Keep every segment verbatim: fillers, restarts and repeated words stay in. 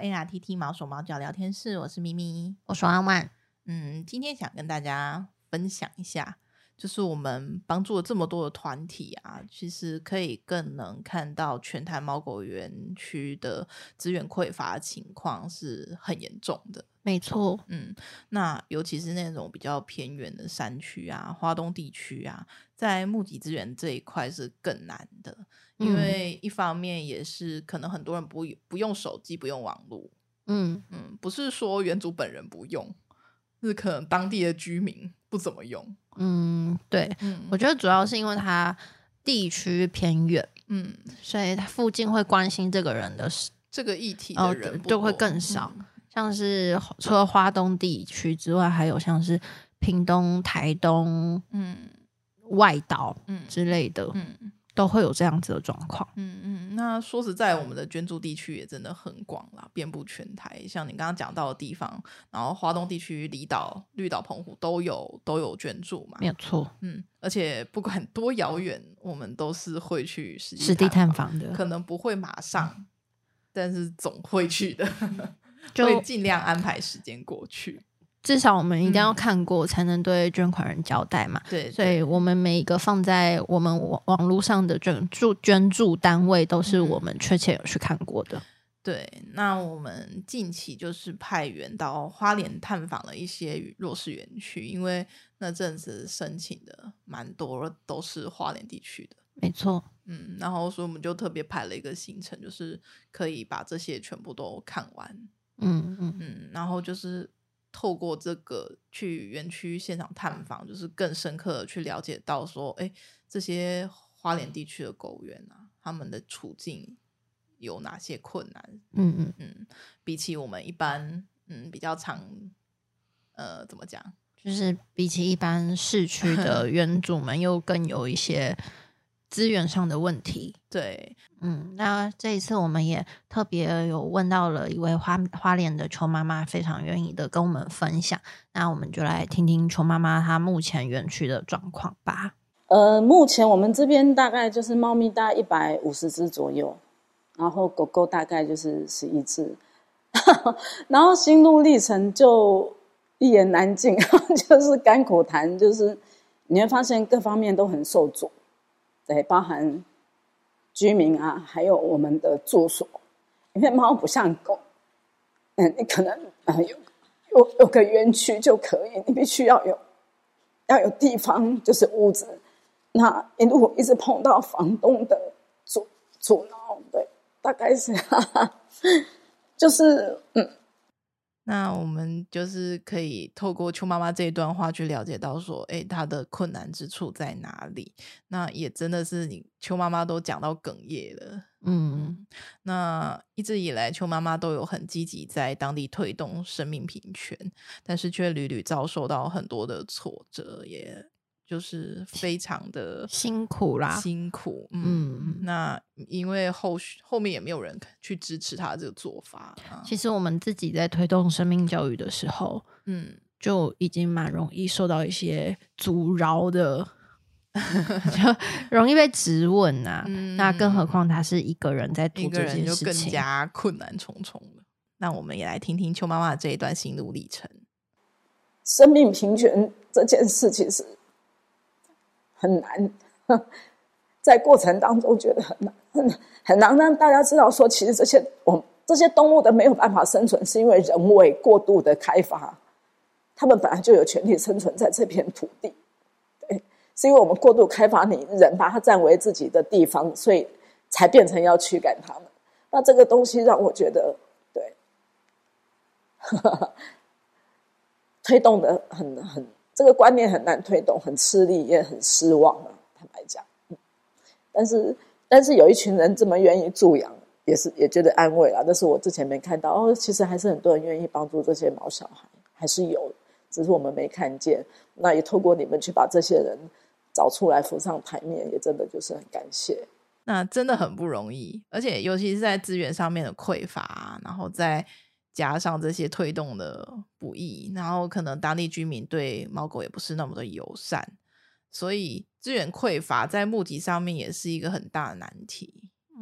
A R T T 毛手毛脚聊天室，我是咪咪， 我是阿曼。 嗯，今天想跟大家分享一下，就是我们帮助了这么多的团体啊，其实可以更能看到全台猫狗园区的资源匮乏情况是很严重的。 没错， 嗯，那尤其是那种比较偏远的山区啊、花东地区啊，在募集资源这一块是更难的，因为一方面也是可能很多人不不用手机、不用网络， 嗯嗯，不是说原主本人不用，是可能当地的居民不怎么用。 嗯，对， 嗯， 我觉得主要是因为它地区偏远， 嗯， 所以它附近会关心这个人的事， 这个议题的人不多、 哦、就会更少。 嗯像是除了花东地区之外，还有像是屏东、台东、 嗯外岛嗯之类的， 嗯都会有这样子的状况。 嗯嗯，那说实在，我们的捐助地区也真的很广啦，遍布全台。像你刚刚讲到的地方，然后花东地区、离岛、绿岛、澎湖都有都有捐助嘛， 没有错。 嗯，而且不管多遥远，我们都是会去实地实地探访访的， 可能不会马上，但是总会去的， 就会尽量安排时间过去。 至少我们一定要看过，才能对捐款人交代嘛。 嗯、对, 对， 所以我们每一个放在我们网网络上的捐助捐助单位，都是我们确切有去看过的。 嗯、对，那我们近期就是派员到花莲探访了一些弱势园区，因为那阵子申请的蛮多都是花莲地区的。 没错， 嗯，然后所以我们就特别排了一个行程，就是可以把这些全部都看完。 嗯嗯嗯，然后就是透过这个去园区现场探访，就是更深刻的去了解到说，哎，这些花莲地区的狗园啊，他们的处境有哪些困难？ 嗯嗯嗯，比起我们一般嗯比较常呃怎么讲， 就是比起一般市区的园主们，又更有一些资源上的问题。 对， 嗯，那这一次我们也特别有问到了一位花花莲的邱妈妈，非常愿意的跟我们分享。那我们就来听听邱妈妈她目前园区的状况吧。 呃，目前我们这边大概就是猫咪大概一百五十只左右，然后狗狗大概就是十一只，然后心路历程就一言难尽，就是甘苦谈，就是你会发现各方面都很受阻，对，包含居民啊，还有我们的住所，因为猫不像狗，嗯，你可能呃有有有个园区就可以，你必须要有要有地方，就是屋子。那如果一直碰到房东的阻阻挠，对，大概是，哈哈，就是嗯。 那我们就是可以透过邱妈妈这一段话去了解到说，哎，她的困难之处在哪里？那也真的是你邱妈妈都讲到哽咽了。嗯，那一直以来邱妈妈都有很积极在当地推动生命平权，但是却屡屡遭受到很多的挫折，也就是非常的辛苦啦， 辛苦。 嗯， 嗯，那因为后续后面也没有人去支持他这个做法、啊。 其实我们自己在推动生命教育的时候，嗯，就已经蛮容易受到一些阻挠的，就容易被质问啊。嗯、那更何况他是一个人在做这件事情， 就更加困难重重了。那我们也来听听邱妈妈这一段心路历程。 生命平权这件事其实很难，在过程当中觉得很难，很很难让大家知道说，其实这些我这些动物的没有办法生存，是因为人为过度的开发，他们本来就有权利生存在这片土地，对，是因为我们过度开发你人，把它占为自己的地方，所以才变成要驱赶他们。那这个东西让我觉得，对，推动的很很。这个观念很难推动，很吃力，也很失望啊，坦白讲。但是，但是有一群人这么愿意助养，也是也觉得安慰啦。但是我之前没看到，哦，其实还是很多人愿意帮助这些毛小孩，还是有，只是我们没看见。那也透过你们去把这些人找出来，浮上台面，也真的就是很感谢。 那真的很不容易，而且尤其是在资源上面的匮乏，然后在加上这些推动的不易，然后可能当地居民对猫狗也不是那么的友善，所以资源匮乏在募集上面也是一个很大的难题。 嗯，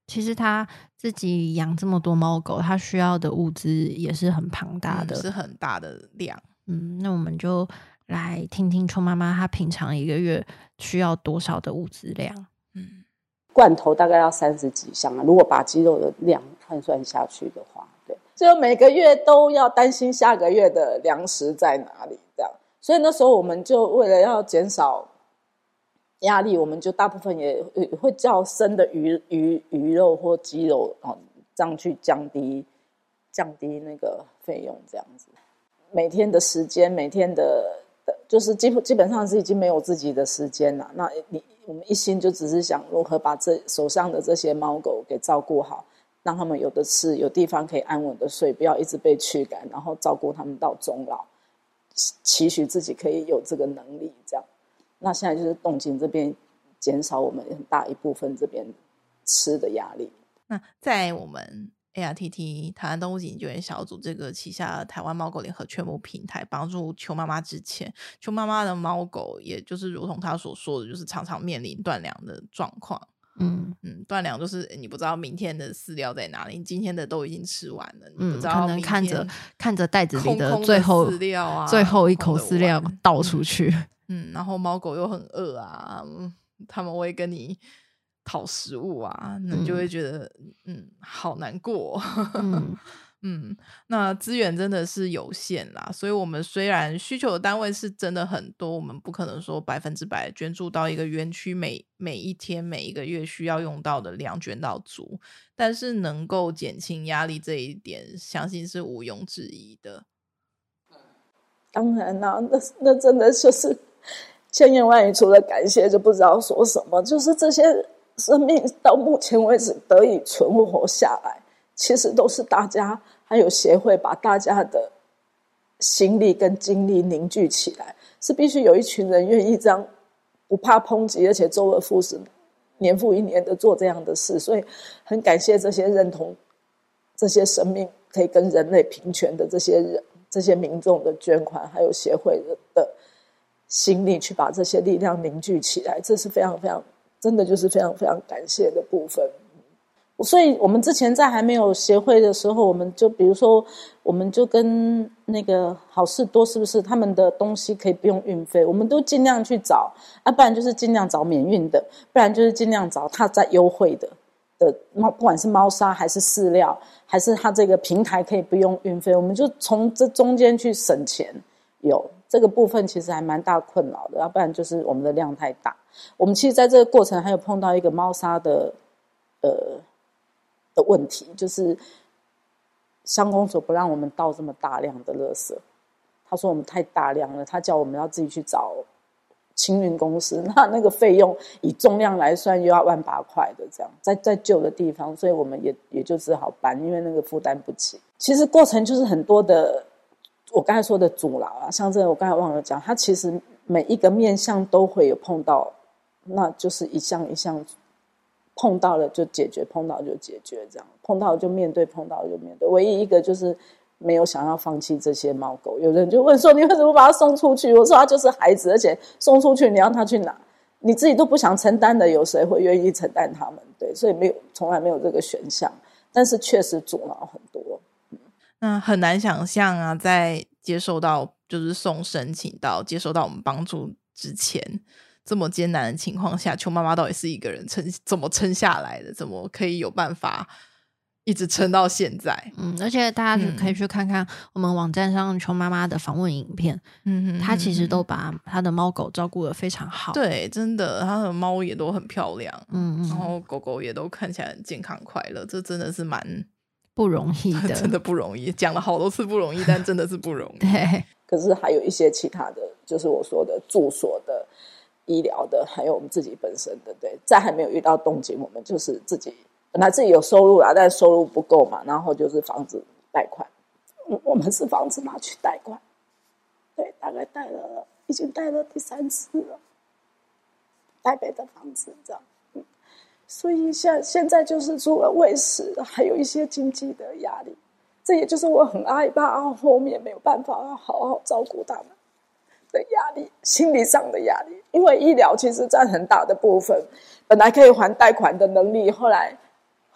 其实他自己养这么多猫狗，他需要的物资也是很庞大的， 嗯、是很大的量。 嗯，那我们就来听听邱妈妈她平常一个月需要多少的物资量。 嗯，罐头大概要三十几箱啊，如果把鸡肉的量换算下去的话，对，就每个月都要担心下个月的粮食在哪里这样。所以那时候我们就为了要减少压力，我们就大部分也会叫生的鱼鱼鱼肉或鸡肉、哦、这样去降低降低那个费用这样子。每天的时间，每天的就是基基本上是已经没有自己的时间了。那你我们一心就只是想如何把这手上的这些猫狗给照顾好，让他们有的吃，有地方可以安稳的睡，不要一直被驱赶，然后照顾他们到终老，期许自己可以有这个能力这样。那现在就是动静这边减少我们很大一部分这边吃的压力。 那在我们A R T T 台湾动物紧急救援小组这个旗下的台湾猫狗联合劝募平台帮助邱妈妈之前，邱妈妈的猫狗也就是如同她所说的，就是常常面临断粮的状况。嗯嗯，断粮就是你不知道明天的饲料在哪里，你今天的都已经吃完了，你不知道可能看着看着袋子里的最后饲料啊， 最后一口饲料倒出去。 嗯，然后猫狗又很饿啊，他们会跟你讨食物啊，那你就会觉得 嗯, 嗯好难过。嗯嗯，那资源真的是有限啦，所以我们虽然需求的单位是真的很多，我们不可能说百分之百捐助到一个园区每每一天每一个月需要用到的量捐到足，但是能够减轻压力这一点相信是毋庸置疑的。 当然啦、啊，那那真的就是千言万语，除了感谢就不知道说什么。就是这些生命到目前为止得以存活下来，其实都是大家还有协会把大家的心力跟精力凝聚起来，是必须有一群人愿意这样不怕抨击，而且周而复始年复一年的做这样的事。所以很感谢这些认同这些生命可以跟人类平权的这些人，这些民众的捐款还有协会的心力去把这些力量凝聚起来，这是非常非常真的就是非常非常感谢的部分。所以我们之前在还没有协会的时候，我们就比如说我们就跟那个好事多是不是他们的东西可以不用运费，我们都尽量去找啊，不然就是尽量找免运的，不然就是尽量找它在优惠的的猫，不管是猫砂还是饲料还是它这个平台可以不用运费，我们就从这中间去省钱。有这个部分其实还蛮大困扰的，要不然就是我们的量太大。我们其实在这个过程还有碰到一个猫砂的呃的问题，就是乡公所不让我们倒这么大量的垃圾，他说我们太大量了，他叫我们要自己去找清运公司，那那个费用以重量来算又要万八块的这样，在在旧的地方，所以我们也也就只好搬，因为那个负担不起。其实过程就是很多的我刚才说的阻挠啊，像这个我刚才忘了讲，它其实每一个面向都会有碰到，那就是一项一项碰到了就解决，碰到就解决，这样碰到就面对，碰到就面对。唯一一个就是没有想要放弃这些猫狗。有人就问说，你为什么把它送出去？我说他就是孩子，而且送出去你让他去哪，你自己都不想承担的，有谁会愿意承担他们？对，所以没有，从来没有这个选项，但是确实阻挠很多。 那很难想象啊，在接受到就是送申请到接受到我们帮助之前，这么艰难的情况下，邱妈妈到底是一个人撑怎么撑下来的？怎么可以有办法一直撑到现在？ 嗯，而且大家可以去看看我们网站上邱妈妈的访问影片，嗯，她其实都把她的猫狗照顾得非常好。 对，真的，她的猫也都很漂亮，嗯，然后狗狗也都看起来很健康快乐，这真的是蛮不容易的， 真的不容易，讲了好多次不容易，但真的是不容易。 对， 可是还有一些其他的，就是我说的住所的、医疗的，还有我们自己本身的。对，在还没有遇到动静，我们就是自己本来自己有收入啦，但收入不够嘛，然后就是房子贷款，我们是房子拿去贷款，对，大概贷了，已经贷了第三次了，台北的房子这样。所以现现在就是除了喂食，还有一些经济的压力，这也就是我很害怕后面没有办法要好好照顾他们的压力，心理上的压力。因为医疗其实占很大的部分，本来可以还贷款的能力，后来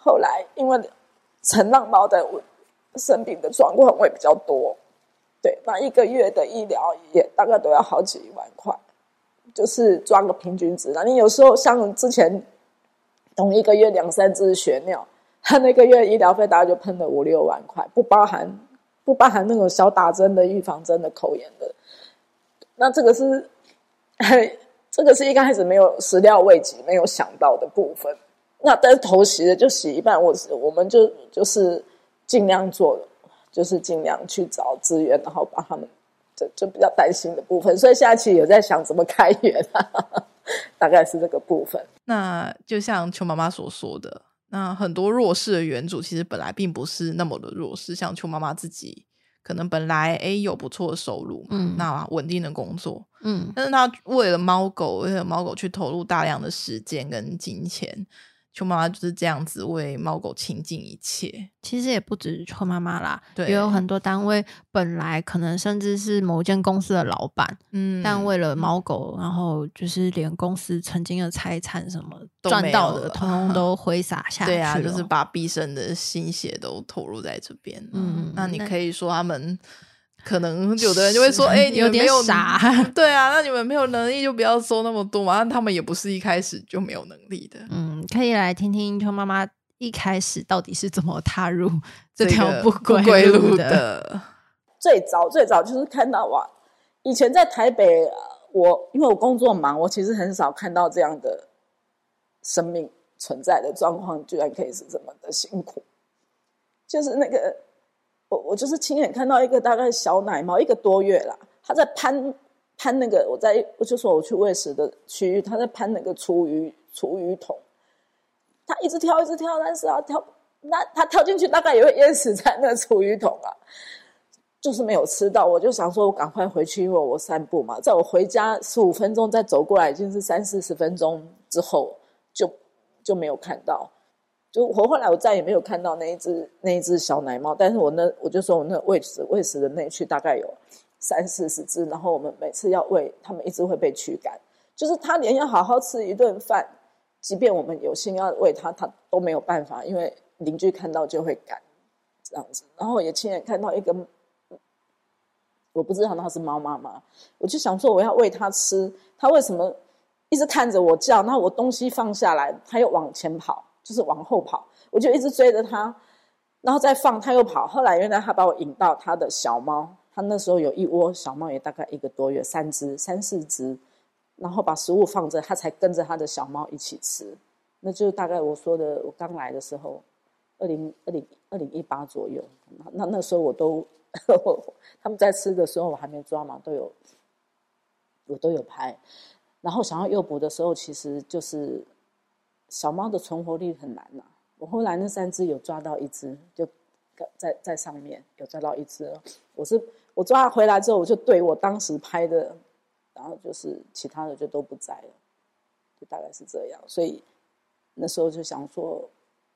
后来因为成浪猫的生病的状况会比较多，对，那一个月的医疗也大概都要好几万块，就是抓个平均值。那你有时候像之前同一个月两三只血尿，他那个月医疗费大概就喷了五六万块，不包含不包含那种小打针的预防针的口炎的。那这个是这个是一开始没有始料未及没有想到的部分。那但是头洗的就洗一半，我我们就就是尽量做，就是尽量去找资源，然后把他们就就比较担心的部分。所以现在其实有在想怎么开源啊，大概是这个部分。 那就像邱妈妈所说的，那很多弱势的原主其实本来并不是那么的弱势，像邱妈妈自己可能本来诶有不错的收入，嗯，那稳定的工作，嗯，但是她为了猫狗为了猫狗去投入大量的时间跟金钱。邱妈妈就是这样子为猫狗倾尽一切。 其实也不只是邱妈妈啦，对，也有很多单位本来可能甚至是某一间公司的老板，嗯，但为了猫狗，然后就是连公司曾经的财产什么赚到的通通都挥洒下去了。 对啊，就是把毕生的心血都投入在这边。嗯，那你可以说他们可能有的人就会说哎、欸，你们没有有点傻对啊，那你们没有能力就不要收那么多嘛。但他们也不是一开始就没有能力的。 嗯，可以来听听邱妈妈一开始到底是怎么踏入这条不归路的。 的最早最早就是看到哇，以前在台北，我因为我工作忙，我其实很少看到这样的生命存在的状况，居然可以是这么的辛苦。就是那个我我就是亲眼看到一个大概小奶猫一个多月啦，它在攀攀那个我在我就说我去喂食的区域，它在攀那个厨余厨余桶，它一直跳一直跳，但是啊跳那它跳进去大概也会淹死在那个厨余桶啊，就是没有吃到。我就想说我赶快回去，因为我散步嘛，在我回家十五分钟再走过来已经是三四十分钟之后就就没有看到。就我后来我再也没有看到那一只那一只小奶猫，但是我那我就说我那喂食喂食的那区大概有三四十只，然后我们每次要喂它们一直会被驱赶，就是它连要好好吃一顿饭，即便我们有心要喂它，它都没有办法，因为邻居看到就会赶这样子。然后也亲眼看到一个，我不知道它是猫妈妈，我就想说我要喂它吃，它为什么一直看着我叫，然后我东西放下来它又往前跑，就是往后跑，我就一直追着他，然后再放他又跑。后来原来他把我引到他的小猫，他那时候有一窝小猫，也大概一个多月，三只三四只，然后把食物放着，他才跟着他的小猫一起吃。那就大概我说的，我刚来的时候，二零二零二零一八左右，那那时候我都他们在吃的时候我还没抓嘛，都有我都有拍。然后想要诱捕的时候，其实就是小猫的存活率很难啊。我后来那三只有抓到一只，就在在上面有抓到一只。我是我抓回来之后，我就对我当时拍的，然后就是其他的就都不在了，就大概是这样。所以那时候就想说，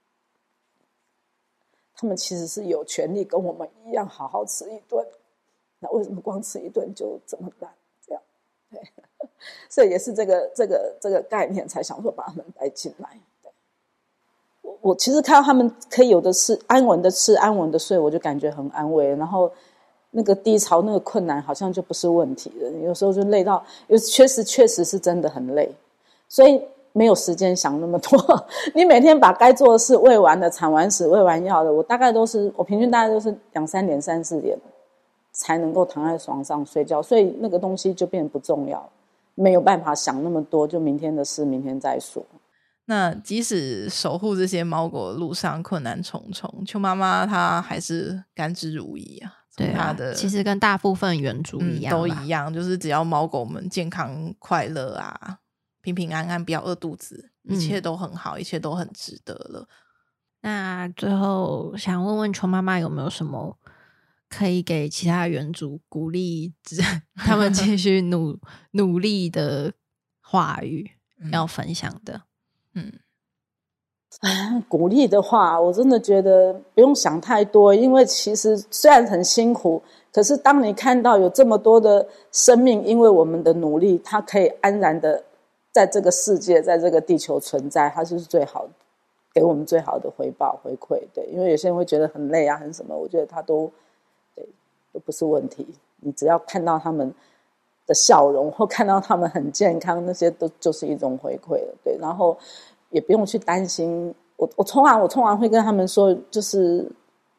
他们其实是有权利跟我们一样好好吃一顿，那为什么光吃一顿就这么难？这样，对，所以也是这个这个这个概念才想说把他们带进来。我我其实看到他们可以有的吃，安稳的吃，安稳的睡，我就感觉很安慰。然后那个低潮、那个困难好像就不是问题了。有时候就累到，有确实确实是真的很累，所以没有时间想那么多。你每天把该做的事喂完了，产完屎、喂完药的，我大概都是我平均大概都是两三点、三四点才能够躺在床上睡觉，所以那个东西就变得不重要，没有办法想那么多，就明天的事明天再说。 那即使守护这些猫狗的路上困难重重，邱妈妈她还是甘之如饴啊。 对啊，其实跟大部分原主一样、嗯、 都一样，就是只要猫狗们健康快乐啊，平平安安，不要饿肚子，一切都很好、嗯、一切都很值得了。 那最后想问问邱妈妈有没有什么可以给其他原主鼓励他们继续努努力的话语要分享的？ 嗯， 哎，鼓励的话，我真的觉得不用想太多，因为其实虽然很辛苦，可是当你看到有这么多的生命因为我们的努力，它可以安然的在这个世界，在这个地球存在，它就是最好给我们最好的回报回馈。对，因为有些人会觉得很累啊很什么，我觉得他都对都不是问题，你只要看到他们的笑容或看到他们很健康，那些都就是一种回馈了。对，然后也不用去担心，我我通常我通常会跟他们说，就是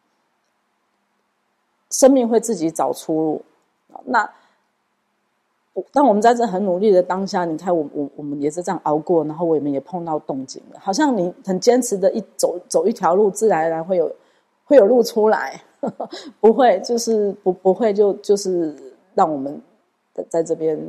生命会自己找出路。那当我们在这很努力的当下，你看我我我们也是这样熬过，然后我们也碰到动静了，好像你很坚持的一走走一条路，自然而然会有会有路出来，呵呵不会就是不不会就就是让我们在这边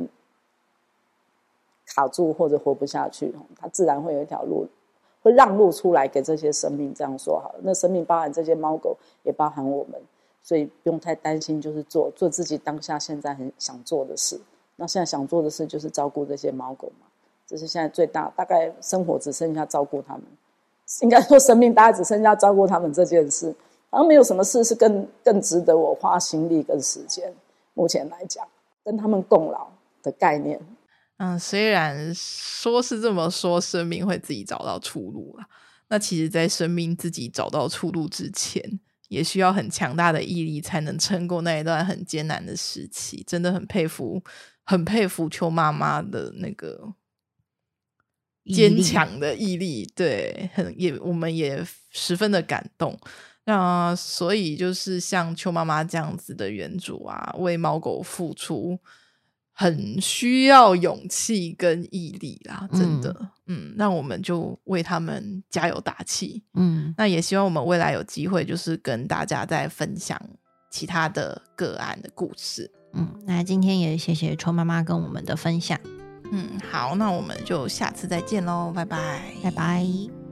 卡住或者活不下去，它自然会有一条路会让路出来给这些生命。这样说好了，那生命包含这些猫狗，也包含我们，所以不用太担心，就是做做自己当下现在很想做的事。那现在想做的事就是照顾这些猫狗嘛，这是现在最大，大概生活只剩下照顾他们，应该说生命大概只剩下照顾他们这件事，好像没有什么事是更更值得我花心力跟时间。目前来讲，跟他们共老的概念。 嗯，虽然说是这么说，生命会自己找到出路啦，那其实在生命自己找到出路之前，也需要很强大的毅力才能撑过那一段很艰难的时期。真的很佩服很佩服邱妈妈的那个坚强的毅力，对，很也我们也十分的感动。那所以就是像邱妈妈这样子的原主啊，为猫狗付出很需要勇气跟毅力啦，真的。嗯, 嗯那我们就为他们加油打气。嗯，那也希望我们未来有机会就是跟大家再分享其他的个案的故事。 嗯，那今天也谢谢邱妈妈跟我们的分享。 嗯，好，那我们就下次再见咯，拜拜拜拜。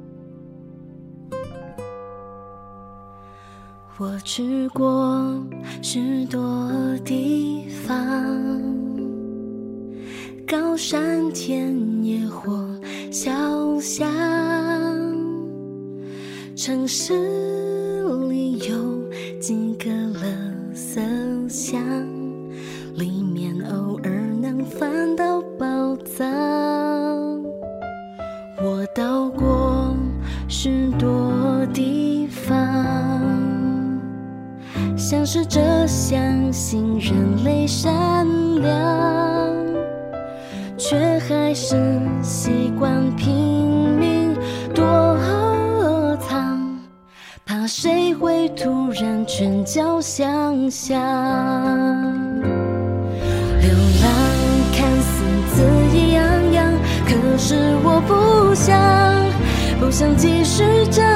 我去过许多地方，高山田野或小巷，城市里有几个垃圾箱，里面偶尔能翻到宝藏。我到过许多地方，想试着相信人类善良，却还是习惯拼命躲藏，怕谁会突然拳脚相向。流浪看似恣意洋洋，可是我不想不想继续这